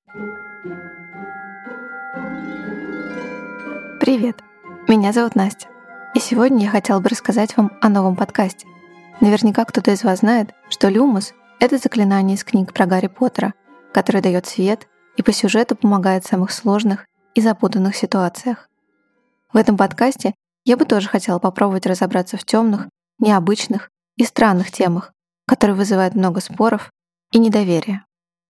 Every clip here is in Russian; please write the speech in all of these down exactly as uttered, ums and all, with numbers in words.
Привет! Меня зовут Настя. И сегодня я хотела бы рассказать вам о новом подкасте. Наверняка кто-то из вас знает, что люмус — это заклинание из книг про Гарри Поттера, которое дает свет и по сюжету помогает в самых сложных и запутанных ситуациях. В этом подкасте я бы тоже хотела попробовать разобраться в темных, необычных и странных темах, которые вызывают много споров и недоверия.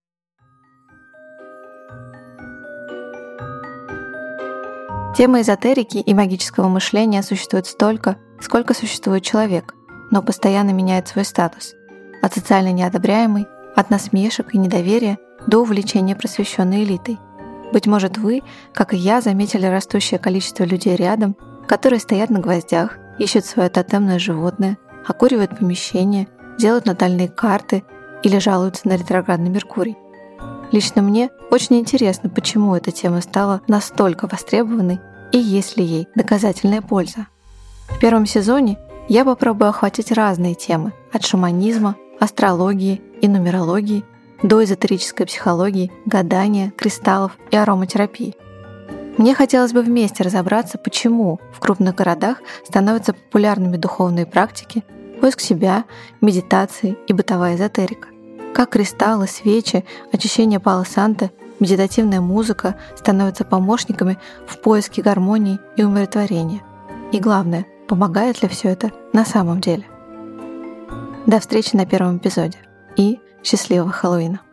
Тема эзотерики и магического мышления существует столько, сколько существует человек, но постоянно меняет свой статус. От социально неодобряемой, от насмешек и недоверия до увлечения просвещенной элитой. Быть может, вы, как и я, заметили растущее количество людей рядом, которые стоят на гвоздях, ищут свое тотемное животное, окуривают помещение, делают натальные карты или жалуются на ретроградный Меркурий. Лично мне очень интересно, почему эта тема стала настолько востребованной и есть ли ей доказательная польза. В первом сезоне я попробую охватить разные темы – от шаманизма, астрологии и нумерологии до эзотерической психологии, гадания, кристаллов и ароматерапии. Мне хотелось бы вместе разобраться, почему в крупных городах становятся популярными духовные практики, поиск себя, медитации и бытовая эзотерика. Как кристаллы, свечи, очищение пало-санто, медитативная музыка становятся помощниками в поиске гармонии и умиротворения. И главное, помогает ли все это на самом деле? До встречи на первом эпизоде и счастливого Хэллоуина!